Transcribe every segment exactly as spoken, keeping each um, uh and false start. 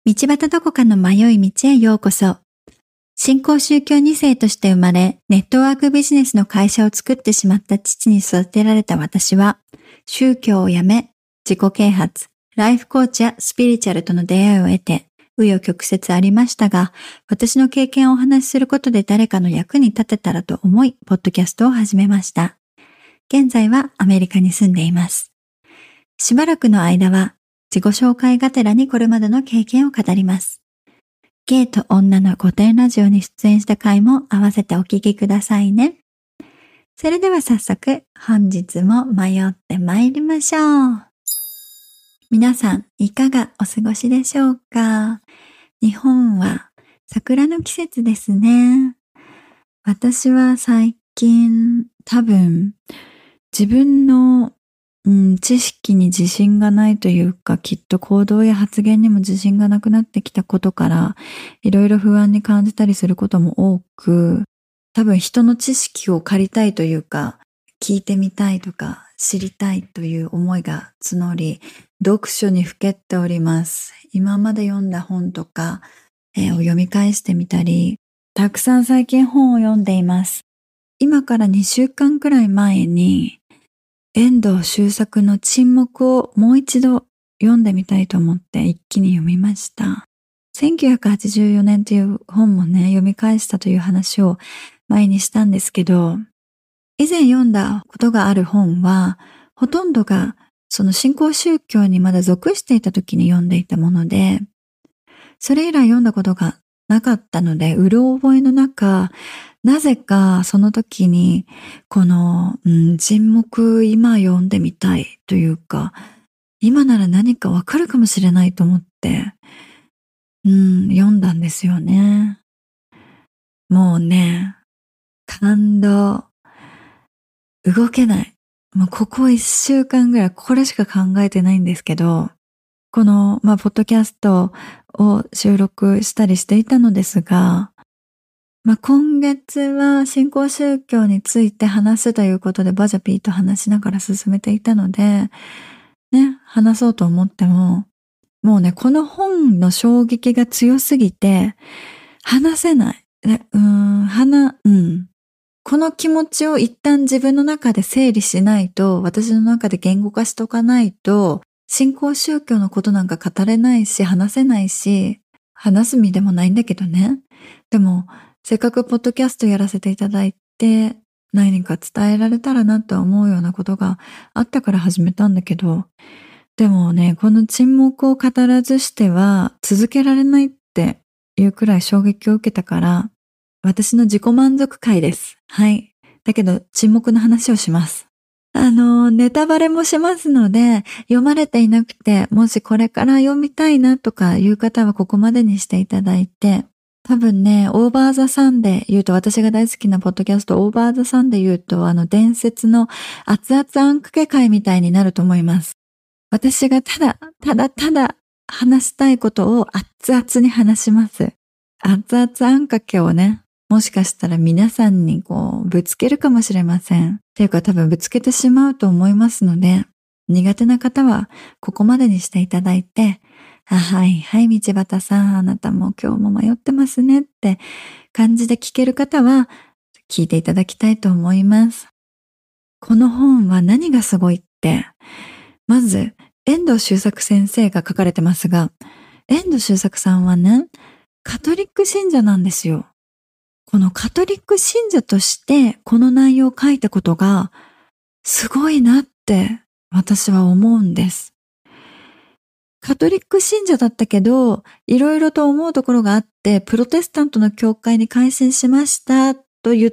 道端どこかの迷い道へようこそ。新興宗教に世として生まれ、ネットワークビジネスの会社を作ってしまった父に育てられた私は、宗教をやめ、自己啓発、ライフコーチやスピリチュアルとの出会いを得て、紆余曲折ありましたが、私の経験をお話しすることで誰かの役に立てたらと思い、ポッドキャストを始めました。現在はアメリカに住んでいます。しばらくの間は、自己紹介がてらにこれまでの経験を語ります。ゲイと女の御殿ラジオに出演した回も合わせてお聞きくださいね。それでは早速、本日も迷って参りましょう。皆さん、いかがお過ごしでしょうか？日本は桜の季節ですね。私は最近、多分、自分のうん、知識に自信がないというか、きっと行動や発言にも自信がなくなってきたことから、いろいろ不安に感じたりすることも多く、多分人の知識を借りたいというか、聞いてみたいとか、知りたいという思いが募り、読書にふけっております。今まで読んだ本とか、えー、を読み返してみたり、たくさん最近本を読んでいます。今からにしゅうかんくらい前に、遠藤周作の沈黙をもう一度読んでみたいと思って一気に読みました。せんきゅうひゃくはちじゅうよねんという本もね、読み返したという話を前にしたんですけど、以前読んだことがある本は、ほとんどがその新興宗教にまだ属していた時に読んでいたもので、それ以来読んだことがなかったので、うろ覚えの中、なぜかその時にこの、うん、沈黙今読んでみたいというか、今なら何かわかるかもしれないと思って、うん、読んだんですよね。もうね、感動。動けない。もうここ一週間ぐらいこれしか考えてないんですけど、この、まあ、ポッドキャストを収録したりしていたのですが、まあ、今月は新興宗教について話すということでバジャピーと話しながら進めていたので、ね、話そうと思っても、もうね、この本の衝撃が強すぎて、話せない。ね、うーん、話、うん。この気持ちを一旦自分の中で整理しないと、私の中で言語化しとかないと、新興宗教のことなんか語れないし、話せないし、話す身でもないんだけどね。でも、せっかくポッドキャストやらせていただいて、何か伝えられたらなと思うようなことがあったから始めたんだけど、でもね、この沈黙を語らずしては続けられないっていうくらい衝撃を受けたから、私の自己満足回です。はい。だけど沈黙の話をします。あの、ネタバレもしますので、読まれていなくて、もしこれから読みたいなとかいう方はここまでにしていただいて、多分ね、オーバーザサンで言うと、私が大好きなポッドキャスト、オーバーザサンで言うと、あの、伝説の熱々あんかけ会みたいになると思います。私がただ、ただただ話したいことを熱々に話します。熱々あんかけをね、もしかしたら皆さんにこう、ぶつけるかもしれません。っていうか多分ぶつけてしまうと思いますので、苦手な方はここまでにしていただいて、あ、はいはい、道端さん、あなたも今日も迷ってますねって感じで聞ける方は聞いていただきたいと思います。この本は何がすごいって、まず遠藤周作先生が書かれてますが、遠藤周作さんはね、カトリック信者なんですよ。このカトリック信者としてこの内容を書いたことがすごいなって私は思うんです。カトリック信者だったけど、いろいろと思うところがあって、プロテスタントの教会に改心しましたと言って、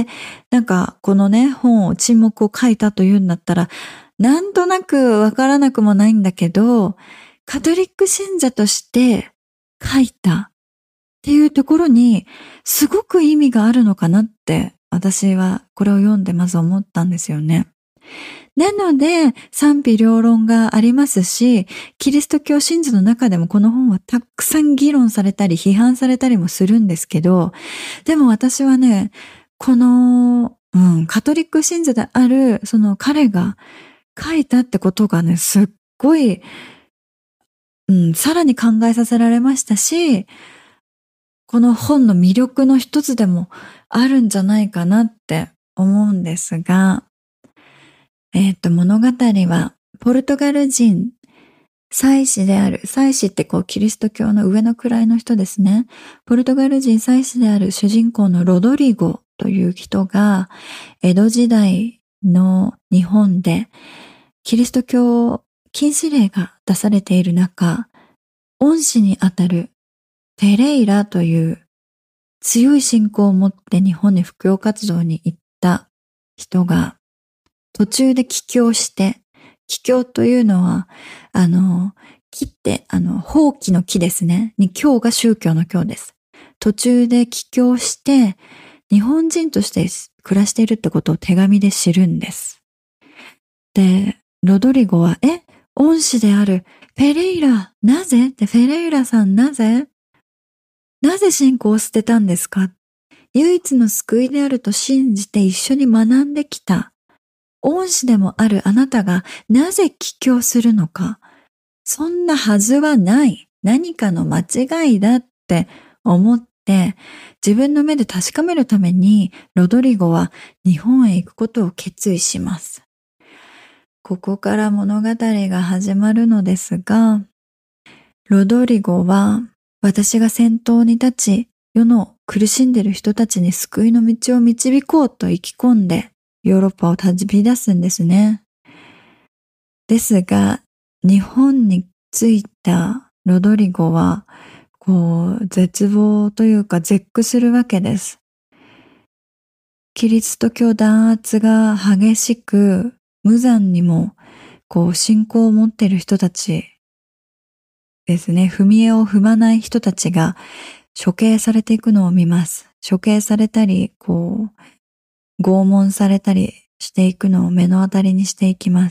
なんかこのね、本を沈黙を書いたというんだったら、なんとなくわからなくもないんだけど、カトリック信者として書いたっていうところに、すごく意味があるのかなって、私はこれを読んでまず思ったんですよね。なので賛否両論がありますし、キリスト教信者の中でもこの本はたくさん議論されたり批判されたりもするんですけど、でも私はね、この、うん、カトリック信者であるその彼が書いたってことがね、すっごいうん、さらに考えさせられましたし、この本の魅力の一つでもあるんじゃないかなって思うんですが、えっと、物語は、ポルトガル人、祭司である、祭司ってこうキリスト教の上の位の人ですね。ポルトガル人祭司である主人公のロドリゴという人が、江戸時代の日本でキリスト教禁止令が出されている中、恩師にあたるペレイラという強い信仰を持って日本に布教活動に行った人が途中で帰郷して、帰郷というのは、あの、木って、あの、放棄の木ですね。に、教が宗教の教です。途中で帰郷して、日本人として暮らしているってことを手紙で知るんです。で、ロドリゴは、え、恩師であるペレイラ、なぜって、ペレイラさんなぜなぜ信仰を捨てたんですか？唯一の救いであると信じて一緒に学んできた恩師でもあるあなたがなぜ帰郷するのか。そんなはずはない。何かの間違いだって思って自分の目で確かめるためにロドリゴは日本へ行くことを決意します。ここから物語が始まるのですが、ロドリゴは私が先頭に立ち世の苦しんでいる人たちに救いの道を導こうと意気込んでヨーロッパを旅出すんですね。ですが、日本に着いたロドリゴは、こう、絶望というか絶句するわけです。キリスト教弾圧が激しく、無残にも、こう、信仰を持っている人たちですね、踏み絵を踏まない人たちが処刑されていくのを見ます。処刑されたり、こう、拷問されたりしていくのを目の当たりにしていきます。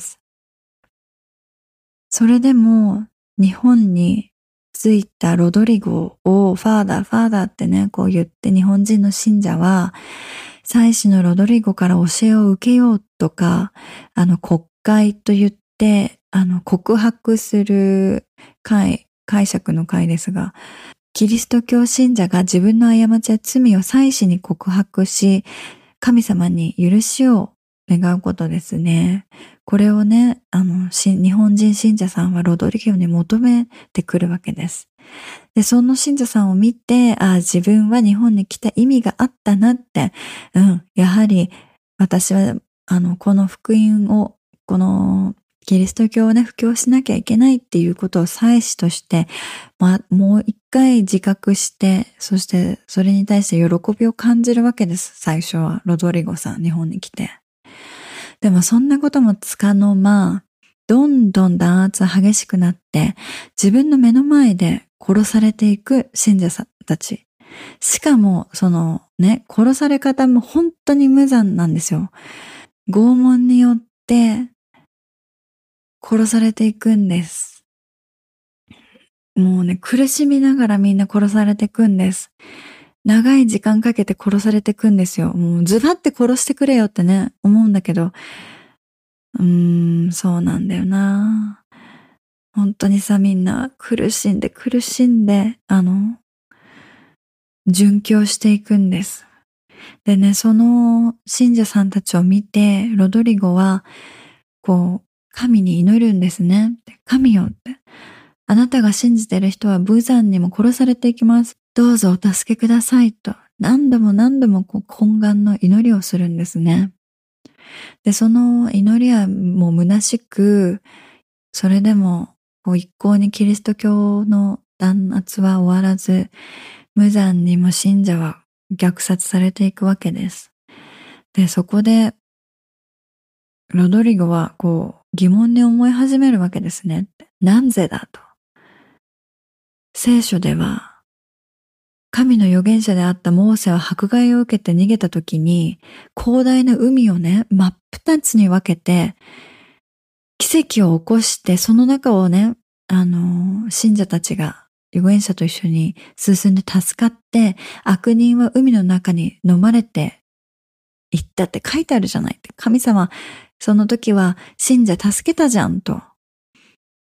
それでも日本に着いたロドリゴをファーダーファーダーってね、こう言って日本人の信者は祭司のロドリゴから教えを受けようとか、あの国会と言ってあの告白する会、解釈の会ですが、キリスト教信者が自分の過ちや罪を祭司に告白し、神様に許しを願うことですね。これをね、あの、日本人信者さんはロドリゴに求めてくるわけです。で、その信者さんを見て、ああ、自分は日本に来た意味があったなって、うん、やはり私は、あの、この福音を、このキリスト教をね、布教しなきゃいけないっていうことを祭司として、まあ、もう一回自覚して、そしてそれに対して喜びを感じるわけです。最初は、ロドリゴさん、日本に来て。でもそんなこともつかの間、どんどん弾圧激しくなって、自分の目の前で殺されていく信者さんたち。しかも、そのね、殺され方も本当に無残なんですよ。拷問によって殺されていくんです。もうね、苦しみながらみんな殺されていくんです。長い時間かけて殺されていくんですよ。もうズバって殺してくれよってね、思うんだけど、うーん、そうなんだよな。本当にさ、みんな苦しんで苦しんで、あの、殉教していくんです。でね、その信者さんたちを見て、ロドリゴは、こう、神に祈るんですね。神よって。あなたが信じている人は無残にも殺されていきます。どうぞお助けくださいと、何度も何度もこう懇願の祈りをするんですね。で、その祈りはもう虚しく、それでもこう一向にキリスト教の弾圧は終わらず、無残にも信者は虐殺されていくわけです。で、そこで、ロドリゴはこう疑問に思い始めるわけですね。なんぜだと。聖書では、神の預言者であったモーセは迫害を受けて逃げた時に、広大な海をね、真っ二つに分けて、奇跡を起こして、その中をね、あの、信者たちが預言者と一緒に進んで助かって、悪人は海の中に飲まれていったって書いてあるじゃないって。神様、その時は信者助けたじゃんと。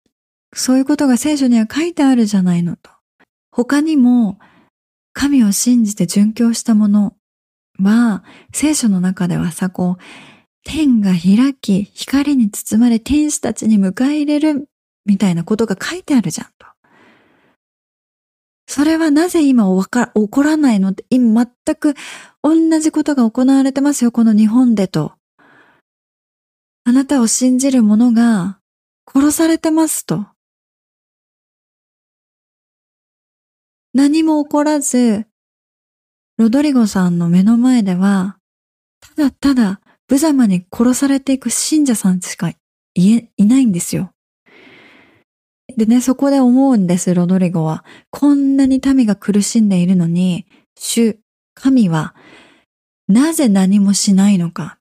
そういうことが聖書には書いてあるじゃないのと。他にも神を信じて殉教したものは聖書の中ではさ、こう天が開き光に包まれ天使たちに迎え入れるみたいなことが書いてあるじゃんと。それはなぜ今わか起こらないのって、今全く同じことが行われてますよ、この日本でと。あなたを信じる者が殺されてますと。何も起こらず、ロドリゴさんの目の前では、ただただ無様に殺されていく信者さんしかいえ、いないんですよ。でね、そこで思うんです、ロドリゴは。こんなに民が苦しんでいるのに、主、神は、なぜ何もしないのか。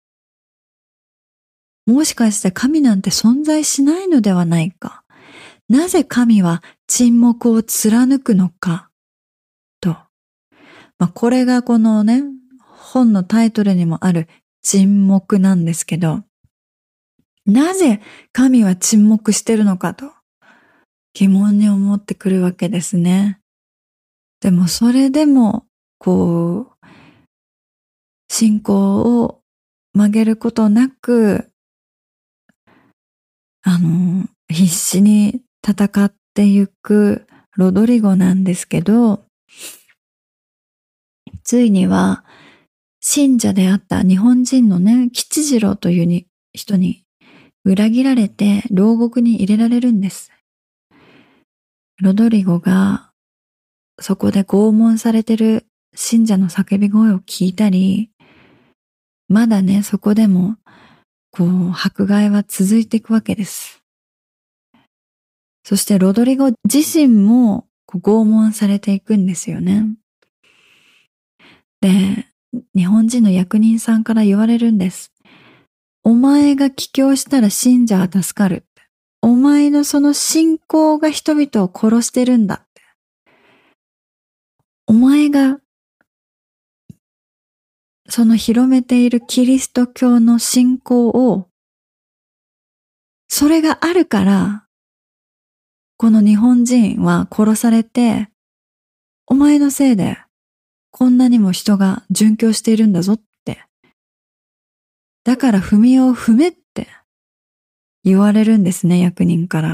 もしかして神なんて存在しないのではないか。なぜ神は沈黙を貫くのか。と。まあ、これがこのね、本のタイトルにもある沈黙なんですけど、なぜ神は沈黙してるのかと疑問に思ってくるわけですね。でもそれでも、こう、信仰を曲げることなく、あの、必死に戦ってゆくロドリゴなんですけど、ついには信者であった日本人のね、吉次郎というに人に裏切られて牢獄に入れられるんです。ロドリゴがそこで拷問されてる信者の叫び声を聞いたり、まだね、そこでもこう迫害は続いていくわけです。そしてロドリゴ自身もこう拷問されていくんですよね。で、日本人の役人さんから言われるんです。お前が帰郷したら信者は助かる。お前のその信仰が人々を殺してるんだって。お前がその広めているキリスト教の信仰を、それがあるから、この日本人は殺されて、お前のせいでこんなにも人が殉教しているんだぞって。だから踏みを踏めって言われるんですね、役人から。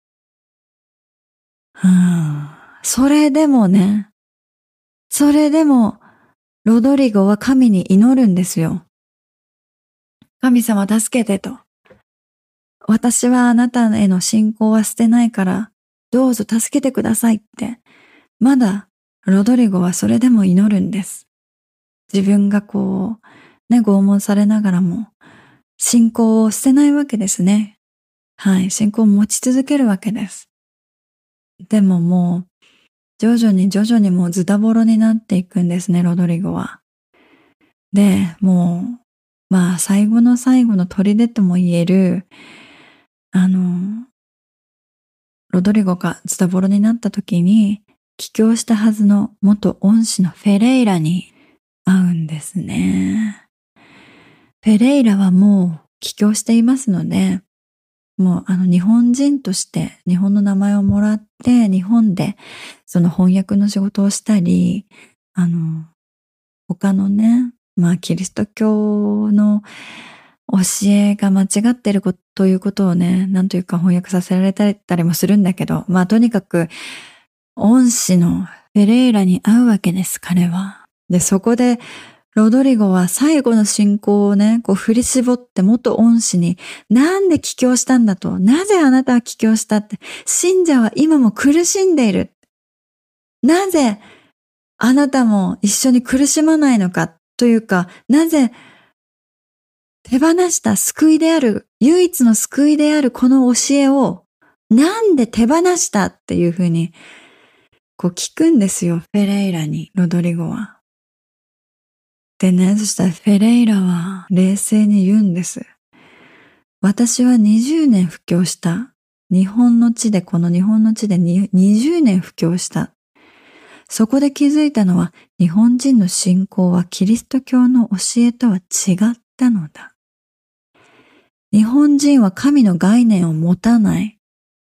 うーん、それでもね、それでもロドリゴは神に祈るんですよ。神様助けてと。私はあなたへの信仰は捨てないから、どうぞ助けてくださいって、まだロドリゴはそれでも祈るんです。自分がこう、ね、拷問されながらも、信仰を捨てないわけですね。はい、信仰を持ち続けるわけです。でももう、徐々に徐々にもうズタボロになっていくんですね、ロドリゴは。で、もう、まあ最後の最後の砦とも言える、あの、ロドリゴがズタボロになった時に、帰郷したはずの元恩師のフェレイラに会うんですね。フェレイラはもう帰郷していますので、もうあの日本人として日本の名前をもらって日本でその翻訳の仕事をしたり、あの、他のね、まあキリスト教の教えが間違ってるということをね、なんというか翻訳させられたりもするんだけど、まあとにかく恩師のフェレイラに会うわけです、彼は。で、そこでロドリゴは最後の信仰をね、こう振り絞って元恩師に、なんで帰郷したんだと、なぜあなたは帰郷したって、信者は今も苦しんでいる。なぜあなたも一緒に苦しまないのかというか、なぜ手放した救いである、唯一の救いであるこの教えを、なんで手放したっていうふうに、こう聞くんですよ、フェレイラに、ロドリゴは。でね、そしたらフェレイラは冷静に言うんです。私はにじゅうねん布教した。日本の地で、この日本の地でにじゅうねん布教した。そこで気づいたのは、日本人の信仰はキリスト教の教えとは違ったのだ。日本人は神の概念を持たない。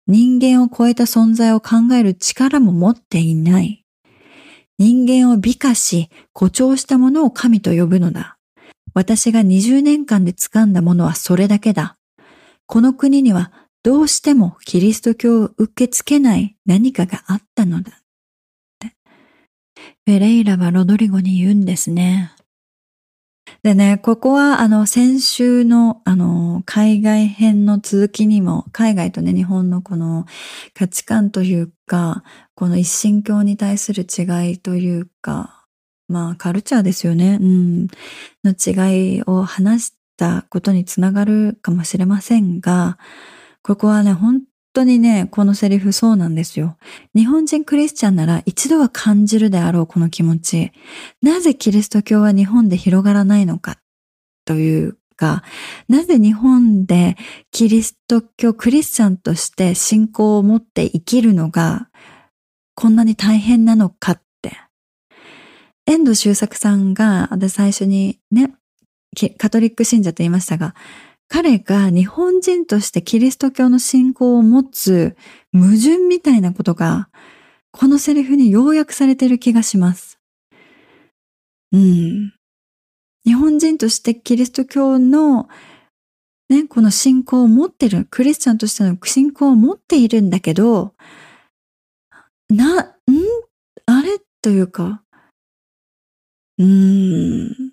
人間を超えた存在を考える力も持っていない。人間を美化し、誇張したものを神と呼ぶのだ。私がにじゅうねんかんで掴んだものはそれだけだ。この国にはどうしてもキリスト教を受け付けない何かがあったのだ。ってフェレイラはロドリゴに言うんですね。でね、ここはあの先週のあの海外編の続きにも、海外とね日本のこの価値観というか、この一神教に対する違いというか、まあカルチャーですよね、うん、の違いを話したことにつながるかもしれませんが、ここはね本当にねこのセリフそうなんですよ。日本人クリスチャンなら一度は感じるであろうこの気持ち。なぜキリスト教は日本で広がらないのかというか、なぜ日本でキリスト教クリスチャンとして信仰を持って生きるのがこんなに大変なのかって。遠藤周作さんが私最初にねカトリック信者と言いましたが、彼が日本人としてキリスト教の信仰を持つ矛盾みたいなことがこのセリフに要約されている気がします。うん。日本人としてキリスト教のね、この信仰を持ってる、クリスチャンとしての信仰を持っているんだけど、な、んあれというか、うーん。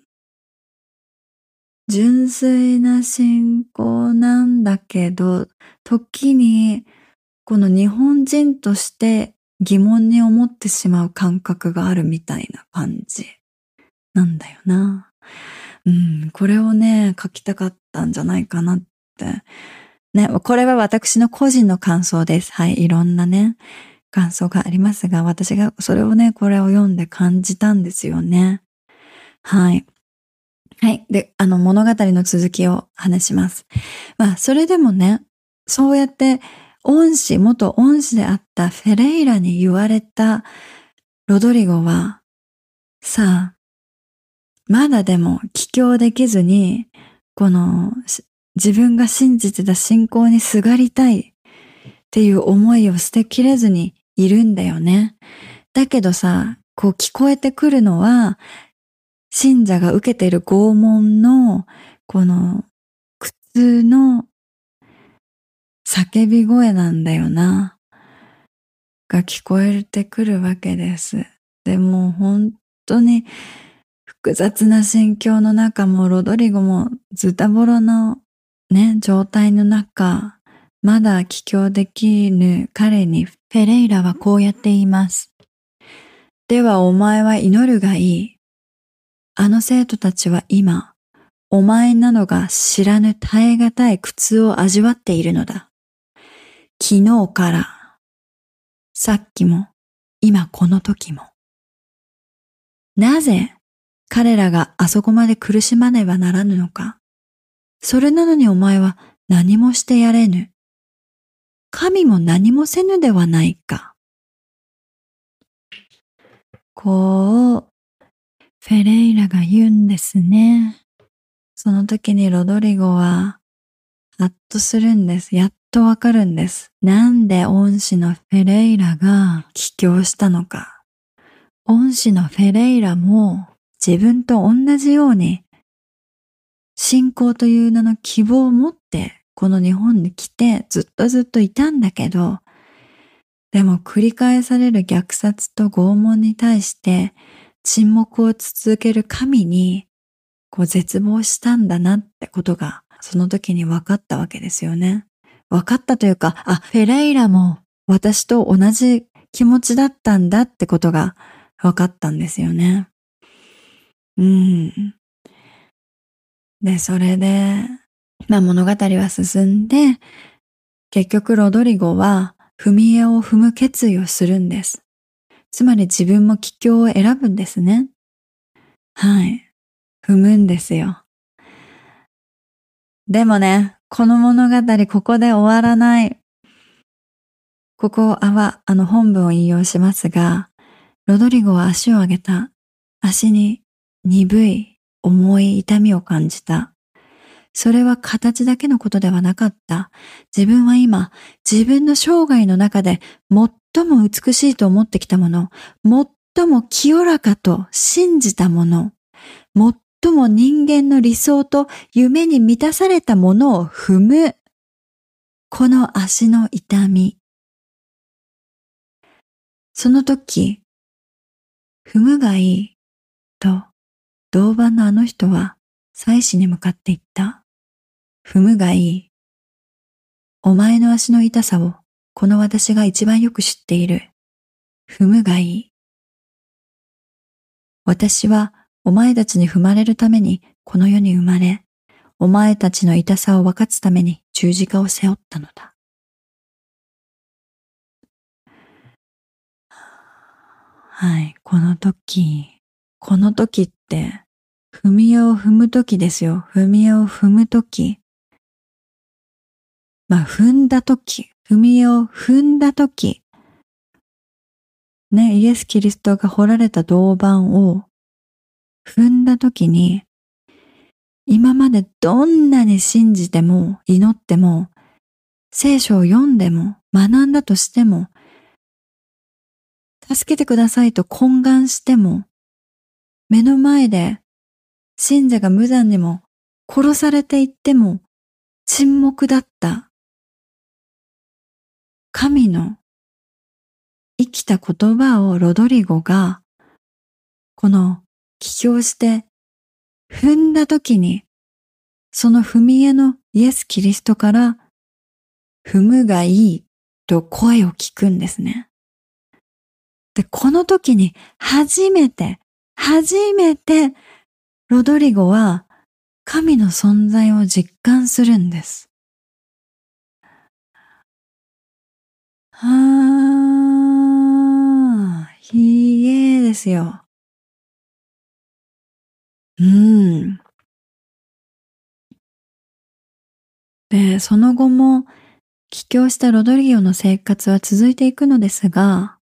純粋な信仰なんだけど、時にこの日本人として疑問に思ってしまう感覚があるみたいな感じなんだよな。うん、これをね、書きたかったんじゃないかなって。ね、これは私の個人の感想です。はい、いろんなね、感想がありますが、私がそれをね、これを読んで感じたんですよね。はい。はい。で、あの物語の続きを話します。まあ、それでもね、そうやって恩師、元恩師であったフェレイラに言われたロドリゴは、さあ、まだでも帰郷できずに、この自分が信じてた信仰にすがりたいっていう思いを捨てきれずにいるんだよね。だけどさ、こう聞こえてくるのは、信者が受けている拷問のこの苦痛の叫び声なんだよな。が聞こえてくるわけです。でも本当に複雑な心境の中もロドリゴもズタボロのね、状態の中、まだ帰郷できぬ彼にフェレイラはこうやって言います。ではお前は祈るがいい。あの生徒たちは今、お前なのが知らぬ耐え難い苦痛を味わっているのだ。昨日から、さっきも、今この時も。なぜ彼らがあそこまで苦しまねばならぬのか。それなのにお前は何もしてやれぬ。神も何もせぬではないか。こう、フェレイラが言うんですね。その時にロドリゴは、ハッとするんです。やっとわかるんです。なんで恩師のフェレイラが帰郷したのか。恩師のフェレイラも自分と同じように信仰という名の希望を持ってこの日本に来てずっとずっといたんだけど、でも繰り返される虐殺と拷問に対して沈黙を続ける神にこう絶望したんだなってことがその時に分かったわけですよね。分かったというか、あ、フェレイラも私と同じ気持ちだったんだってことが分かったんですよね。うん。で、それで、まあ物語は進んで、結局ロドリゴは踏み絵を踏む決意をするんです。つまり自分も帰郷を選ぶんですね。はい。踏むんですよ。でもね、この物語ここで終わらない。ここはあの本文を引用しますが、ロドリゴは足を上げた。足に鈍い重い痛みを感じた。 それは形だけのことではなかった。自分は今、自分の生涯の中で最も美しいと思ってきたもの、最も清らかと信じたもの、最も人間の理想と夢に満たされたものを踏む。この足の痛み。その時、踏むがいいと銅板のあの人は妻子に向かって言った。踏むがいい。お前の足の痛さをこの私が一番よく知っている。踏むがいい。私はお前たちに踏まれるためにこの世に生まれ、お前たちの痛さを分かつために十字架を背負ったのだ。はい、この時、この時って、踏み絵を踏む時ですよ。踏み絵を踏む時。まあ、踏んだ時、踏み絵を踏んだ時。ね、イエス・キリストが彫られた銅板を踏んだ時に、今までどんなに信じても祈っても、聖書を読んでも学んだとしても、助けてくださいと懇願しても、目の前で信者が無残にも殺されていっても沈黙だった神の生きた言葉をロドリゴがこの帰郷して踏んだ時にその踏み絵のイエス・キリストから踏むがいいと声を聞くんですね。で、この時に初めて、初めてロドリゴは神の存在を実感するんです。はぁ、ひえーですよ。うん。で、その後も帰郷したロドリゴの生活は続いていくのですが、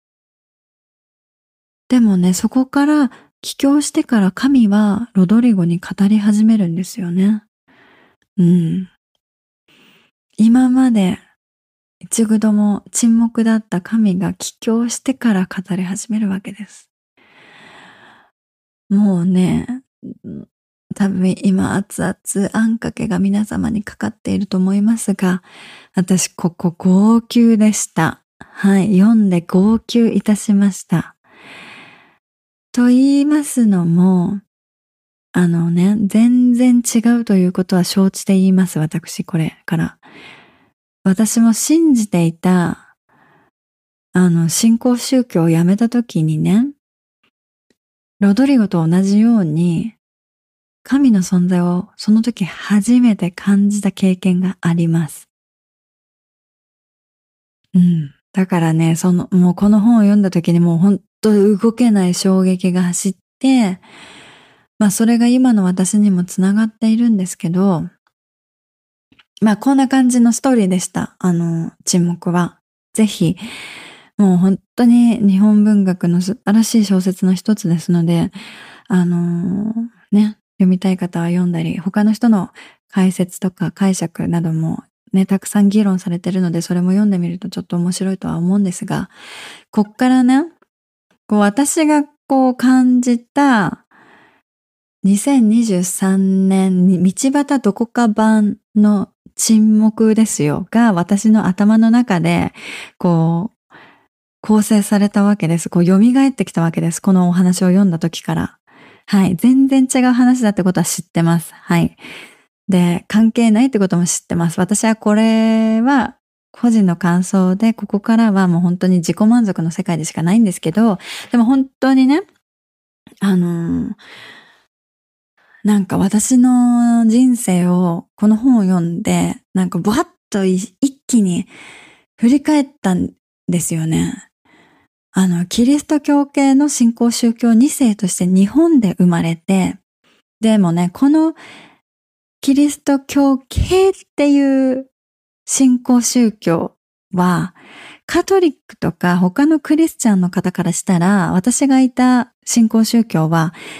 でもね、そこから帰郷してから神はロドリゴに語り始めるんですよね。うん。今まで一度も沈黙だった神が帰郷してから語り始めるわけです。もうね、多分今熱々あんかけが皆様にかかっていると思いますが、私ここ号泣でした。はい、読んで号泣いたしました。と言いますのも、あのね、全然違うということは承知で言います、私これから。私も信じていた、あの、新興宗教を辞めた時にね、ロドリゴと同じように、神の存在をその時初めて感じた経験があります。うん。だからね、その、もうこの本を読んだ時にもう本当動けない衝撃が走って、まあそれが今の私にもつながっているんですけど、まあこんな感じのストーリーでした。あの、沈黙は。ぜひ、もう本当に日本文学の素晴らしい小説の一つですので、あのー、ね、読みたい方は読んだり、他の人の解説とか解釈などもね、たくさん議論されてるので、それも読んでみるとちょっと面白いとは思うんですが、こっからね、こう私がこう感じたにせんにじゅうさんねんに道端どこか版の沈黙ですよが私の頭の中でこう構成されたわけです。こう蘇ってきたわけです。このお話を読んだ時から。はい。全然違う話だってことは知ってます。はい。で、関係ないってことも知ってます。私はこれは個人の感想で、ここからはもう本当に自己満足の世界でしかないんですけど、でも本当にね、あのー、なんか私の人生を、この本を読んで、なんかぼわっと一気に振り返ったんですよね。あの、キリスト教系の新興宗教に世として日本で生まれて、でもね、このキリスト教系っていう新興宗教は、カトリックとか他のクリスチャンの方からしたら、私がいた新興宗教は、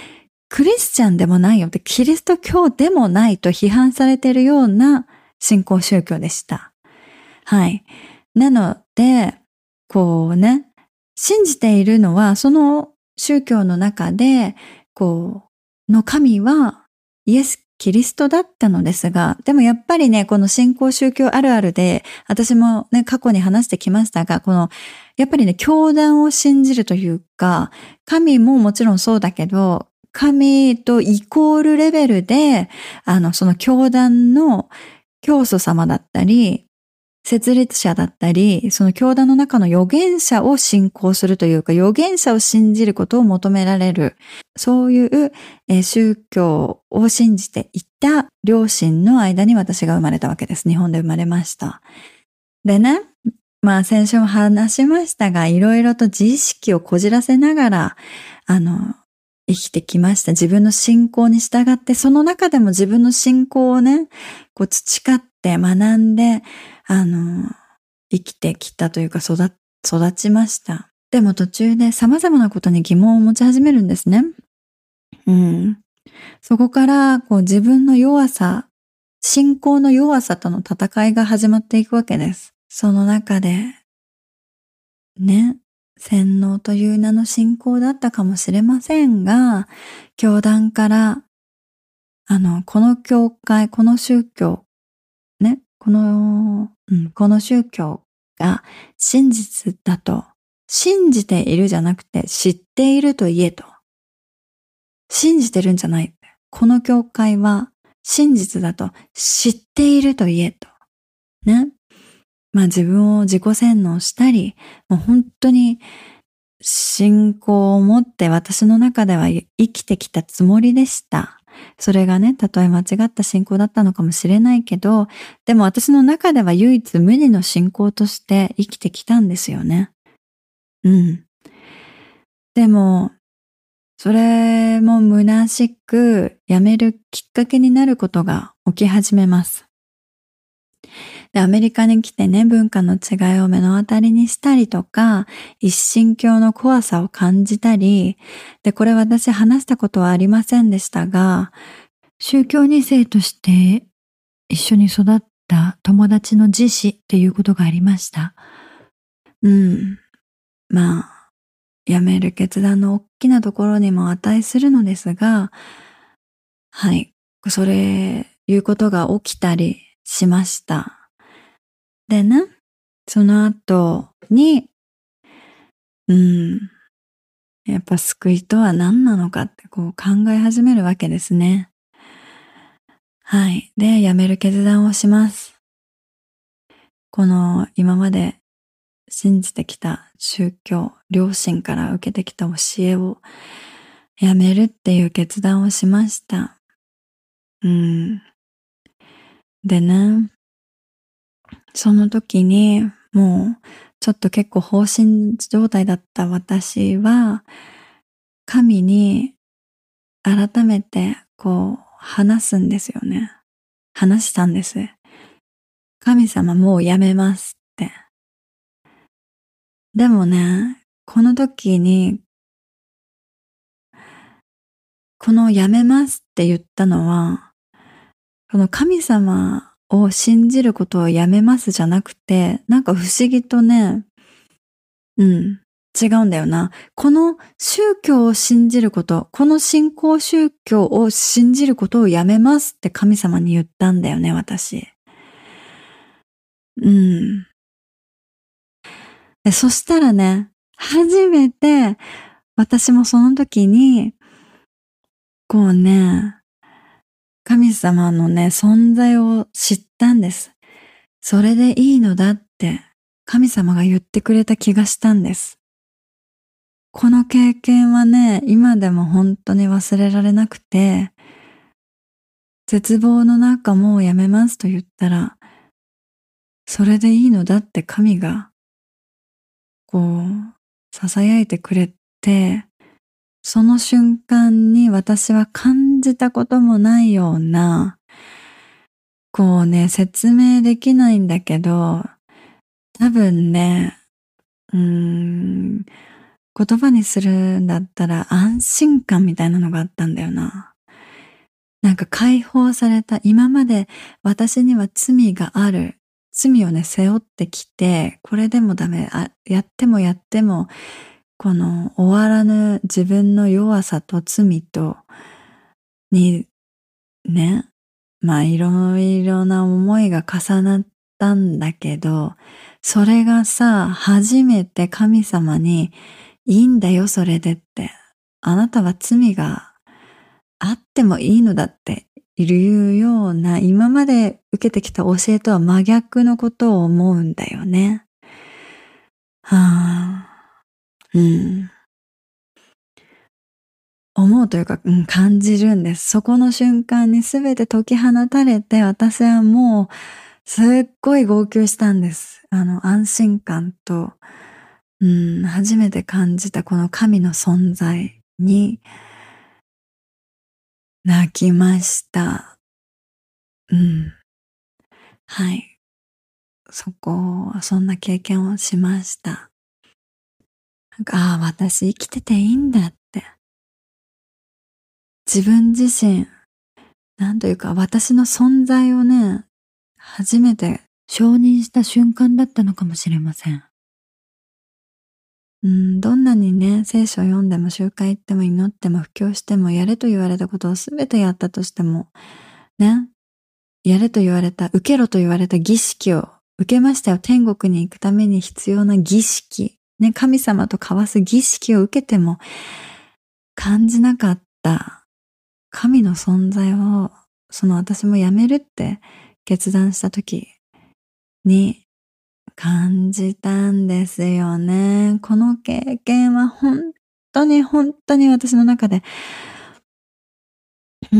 クリスチャンでもないよって、キリスト教でもないと批判されているような新興宗教でした。はい。なので、こうね、信じているのは、その宗教の中で、こう、の神はイエス・キリストだったのですが、でもやっぱりね、この新興宗教あるあるで、私もね、過去に話してきましたが、この、やっぱりね、教団を信じるというか、神ももちろんそうだけど、神とイコールレベルで、あの、その教団の教祖様だったり、設立者だったり、その教団の中の預言者を信仰するというか、預言者を信じることを求められる、そういう、えー宗教を信じていた両親の間に私が生まれたわけです。日本で生まれました。でね、まあ先週も話しましたが、いろいろと自意識をこじらせながら、あの、生きてきました。自分の信仰に従って、その中でも自分の信仰をね、こう培って学んで、あの、生きてきたというか育、育ちました。でも途中で様々なことに疑問を持ち始めるんですね。うん。そこから、こう自分の弱さ、信仰の弱さとの戦いが始まっていくわけです。その中で、ね、洗脳という名の信仰だったかもしれませんが、教団から、あの、この教会、この宗教、ね、この、うん、この宗教が真実だと、信じているじゃなくて知っていると言えと。信じてるんじゃない。この教会は真実だと知っていると言えと。ね。まあ自分を自己洗脳したり、もう本当に信仰を持って私の中では生きてきたつもりでした。それがね、たとえ間違った信仰だったのかもしれないけど、でも私の中では唯一無二の信仰として生きてきたんですよね。うん。でも、それも虚しくやめるきっかけになることが起き始めます。で、アメリカに来てね、文化の違いを目の当たりにしたりとか、一神教の怖さを感じたり、で、これ私話したことはありませんでしたが、宗教に世として一緒に育った友達の自死っていうことがありました。うん。まあ、やめる決断の大きなところにも値するのですが、はい。それ、いうことが起きたりしました。でね、その後に、うん、やっぱ救いとは何なのかってこう考え始めるわけですね。はい。で、やめる決断をします。この今まで信じてきた宗教、両親から受けてきた教えをやめるっていう決断をしました。うん。でね、その時にもうちょっと結構放心状態だった私は、神に改めてこう話すんですよね。話したんです。神様もうやめますって。でもね、この時に、このやめますって言ったのは、この神様を信じることをやめますじゃなくて、なんか不思議とね、うん、違うんだよな。この宗教を信じること、この信仰宗教を信じることをやめますって神様に言ったんだよね、私。うん。でそしたらね、初めて私もその時に、こうね、神様のね、存在を知ったんです。それでいいのだって神様が言ってくれた気がしたんです。この経験はね、今でも本当に忘れられなくて、絶望の中もうやめますと言ったら、それでいいのだって神が、こう、囁いてくれて、その瞬間に私は感じたこともないような、こうね、説明できないんだけど、多分ね、うーん、 言葉にするんだったら安心感みたいなのがあったんだよな。なんか解放された、今まで私には罪がある。罪をね、背負ってきて、これでもダメ、あ、やってもやっても、この終わらぬ自分の弱さと罪と、に、ね、まあいろいろな思いが重なったんだけど、それがさ、初めて神様に、いいんだよそれでって。あなたは罪があってもいいのだっていうような、今まで受けてきた教えとは真逆のことを思うんだよね。はあ、うん。思うというか、うん、感じるんです。そこの瞬間に全て解き放たれて、私はもう、すっごい号泣したんです。あの、安心感と、うん、初めて感じたこの神の存在に、泣きました。うん。はい。そこ、そんな経験をしました。なんか、ああ、私生きてていいんだって。自分自身、なんというか私の存在をね、初めて承認した瞬間だったのかもしれません。うん、どんなにね、聖書を読んでも集会行っても祈っても布教してもやれと言われたことをすべてやったとしても、ね、やれと言われた、受けろと言われた儀式を受けましたよ。天国に行くために必要な儀式。ね、神様と交わす儀式を受けても感じなかった神の存在を、その私もやめるって決断した時に感じたんですよね。この経験は本当に本当に私の中で、うん、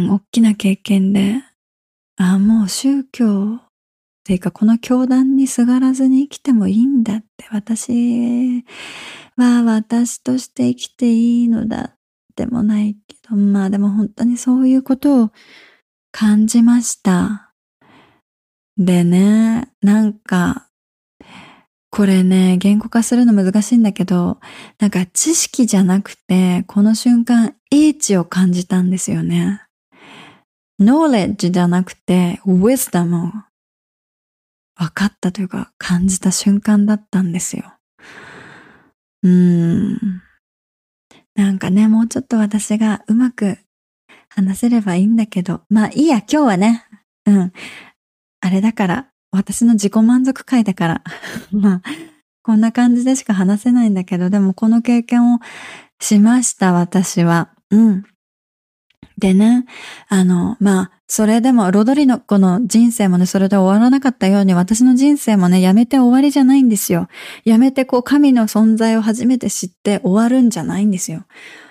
大きな経験で、ああ、もう宗教っていうかこの教団にすがらずに生きてもいいんだって、私は私として生きていいのだでもないけど、まあでも本当にそういうことを感じました。でね、なんか、これね、言語化するの難しいんだけど、なんか知識じゃなくて、この瞬間、英知を感じたんですよね。knowledge じゃなくて、wisdom を分かったというか、感じた瞬間だったんですよ。うーん。なんかね、もうちょっと私がうまく話せればいいんだけど、まあいいや、今日はね、うん、あれだから、私の自己満足回だから、まあ、こんな感じでしか話せないんだけど、でもこの経験をしました、私は。うん。でね、あの、まあ、それでも、ロドリの子の人生もね、それで終わらなかったように、私の人生もね、やめて終わりじゃないんですよ。やめてこう、神の存在を初めて知って終わるんじゃないんですよ。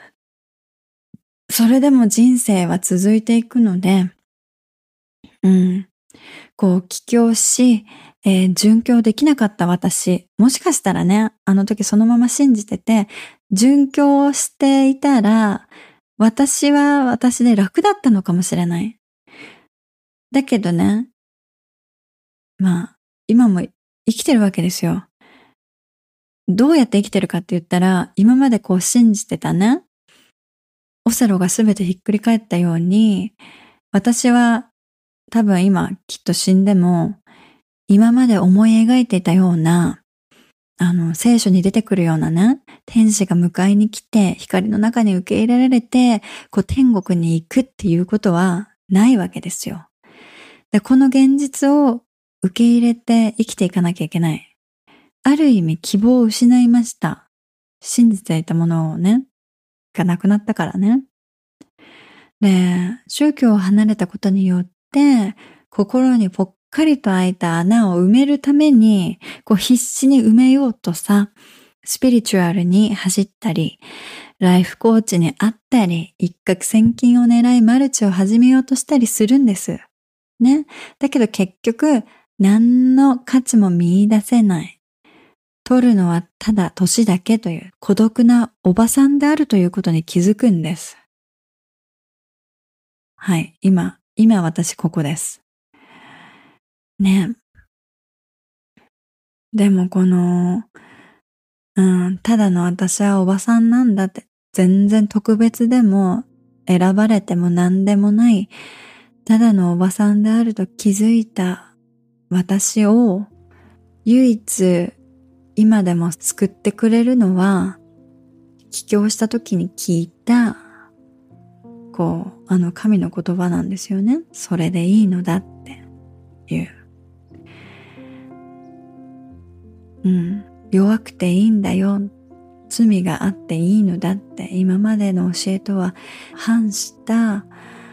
それでも人生は続いていくので、うん。こう、帰郷し、えー殉教できなかった私、もしかしたらね、あの時そのまま信じてて、殉教していたら、私は私で楽だったのかもしれない。だけどね、まあ、今も生きてるわけですよ。どうやって生きてるかって言ったら、今までこう信じてたね、オセロが全てひっくり返ったように、私は多分今きっと死んでも、今まで思い描いていたような、あの、聖書に出てくるようなね、天使が迎えに来て、光の中に受け入れられて、こう天国に行くっていうことはないわけですよ。で、この現実を受け入れて生きていかなきゃいけない。ある意味希望を失いました。信じていたものをね、がなくなったからね。で、宗教を離れたことによって、心にぽっかりと開いた穴を埋めるために、こう必死に埋めようとさ、スピリチュアルに走ったり、ライフコーチに会ったり、一攫千金を狙いマルチを始めようとしたりするんです。ね。だけど結局、何の価値も見出せない。取るのはただ年だけという孤独なおばさんであるということに気づくんです。はい。今、今私ここです。ね。でもこの、 うん、ただの私はおばさんなんだって、全然特別でも選ばれても何でもない、ただのおばさんであると気づいた私を唯一今でも救ってくれるのは、帰郷した時に聞いた、こう、あの神の言葉なんですよね。それでいいのだっていう。うん、弱くていいんだよ。罪があっていいのだって、今までの教えとは反した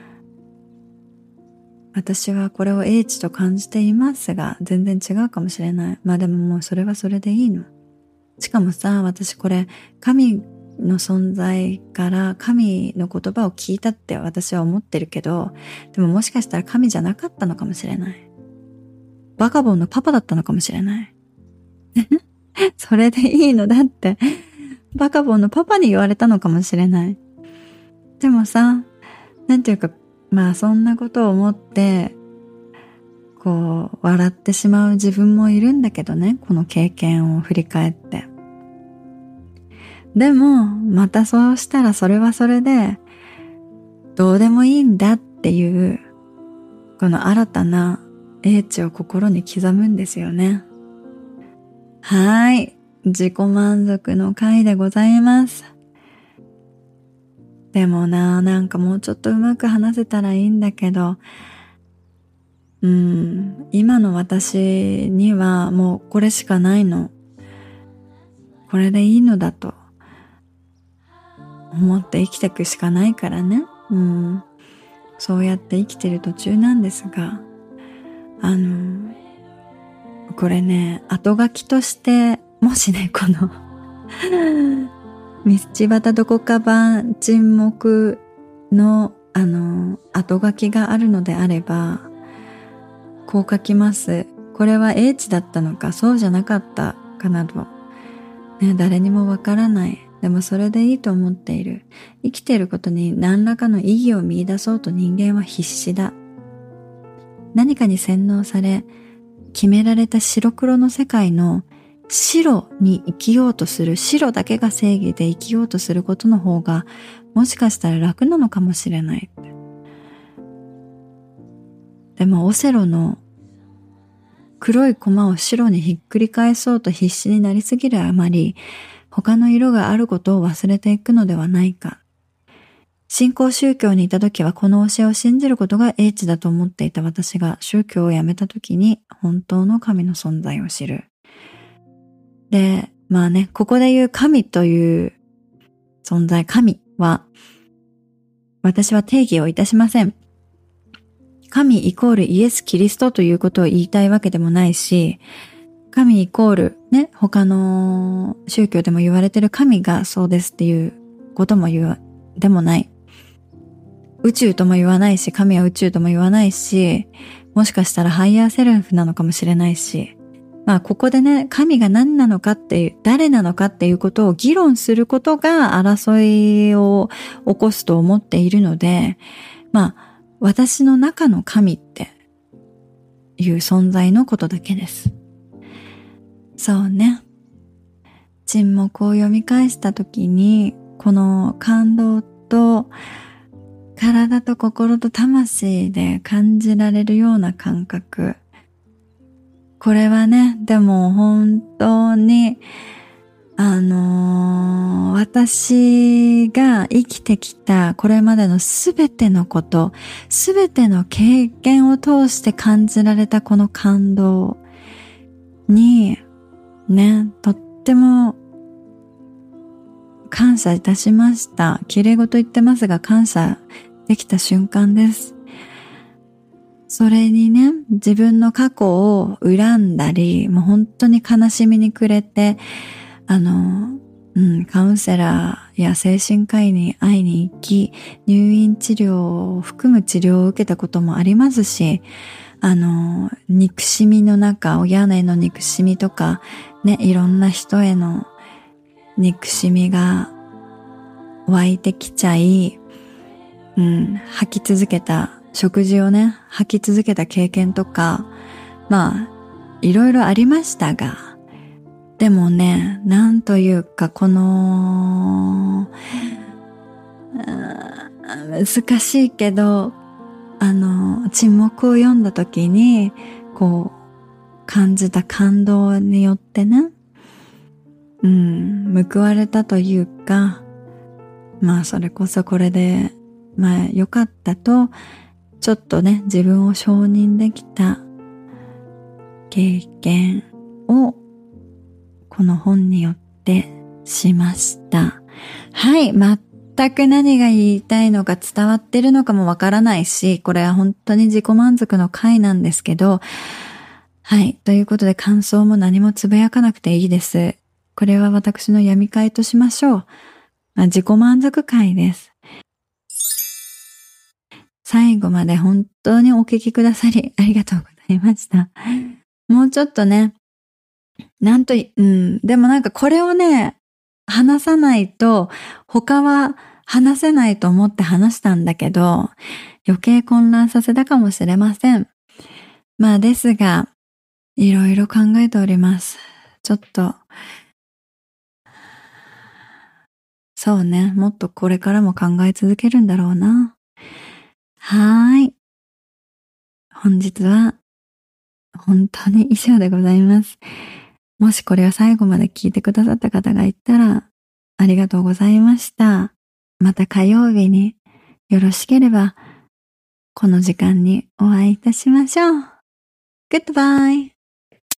私はこれを英知と感じていますが、全然違うかもしれない。まあでももうそれはそれでいいの。しかもさ、私これ神の存在から神の言葉を聞いたって私は思ってるけど、でももしかしたら神じゃなかったのかもしれない。バカボンのパパだったのかもしれない。それでいいのだって、バカボンのパパに言われたのかもしれない。でもさ、なんていうか、まあそんなことを思って、こう、笑ってしまう自分もいるんだけどね、この経験を振り返って。でも、またそうしたらそれはそれで、どうでもいいんだっていう、この新たな英知を心に刻むんですよね。はい。自己満足の回でございます。でもな、なんかもうちょっとうまく話せたらいいんだけど、うん、今の私にはもうこれしかないの。これでいいのだと思って生きていくしかないからね。うん、そうやって生きてる途中なんですが、あの、これね、後書きとして、もしね、この道端どこか版沈黙の、あの、後書きがあるのであれば、こう書きます。これは英知だったのか、そうじゃなかったかなど、ね、誰にもわからない。でもそれでいいと思っている。生きていることに何らかの意義を見出そうと人間は必死だ。何かに洗脳され、決められた白黒の世界の白に生きようとする、白だけが正義で生きようとすることの方が、もしかしたら楽なのかもしれない。でもオセロの黒い駒を白にひっくり返そうと必死になりすぎるあまり、他の色があることを忘れていくのではないか。新興宗教にいた時はこの教えを信じることが英知だと思っていた私が宗教を辞めた時に本当の神の存在を知る。で、まあね、ここで言う神という存在、神は、私は定義をいたしません。神イコールイエス・キリストということを言いたいわけでもないし、神イコールね、他の宗教でも言われてる神がそうですっていうことも言う、でもない。宇宙とも言わないし、神は宇宙とも言わないし、もしかしたらハイヤーセルフなのかもしれないし、まあここでね、神が何なのかっていう、誰なのかっていうことを議論することが争いを起こすと思っているので、まあ私の中の神っていう存在のことだけです。そうね。沈黙を読み返したときに、この感動と体と心と魂で感じられるような感覚。これはね、でも本当に、あのー、私が生きてきたこれまでのすべてのこと、すべての経験を通して感じられたこの感動に、ね、とっても感謝いたしました。綺麗事言ってますが感謝できた瞬間です。それにね、自分の過去を恨んだり、もう本当に悲しみに暮れて、あの、うん、カウンセラーや精神科医に会いに行き、入院治療を含む治療を受けたこともありますし、あの、憎しみの中、親への憎しみとか、ね、いろんな人への憎しみが湧いてきちゃい、うん、吐き続けた、食事をね、吐き続けた経験とか、まあ、いろいろありましたが、 でもね、なんというかこの、難しいけど、あの、沈黙を読んだ時に、こう、感じた感動によってね、うん、報われたというか、まあそれこそこれで、まあ良かったと、ちょっとね、自分を承認できた経験を、この本によってしました。はい、全く何が言いたいのか伝わってるのかもわからないし、これは本当に自己満足の回なんですけど、はい、ということで感想も何もつぶやかなくていいです。これは私の闇会としましょう。まあ、自己満足回です。最後まで本当にお聞きくださりありがとうございました。もうちょっとね、なんと、うん、でもなんかこれをね、話さないと他は話せないと思って話したんだけど、余計混乱させたかもしれません。まあですが、いろいろ考えております。ちょっと、そうね、もっとこれからも考え続けるんだろうな。はーい。本日は本当に以上でございます。もしこれを最後まで聞いてくださった方がいたら、ありがとうございました。また火曜日によろしければ、この時間にお会いいたしましょう。Goodbye!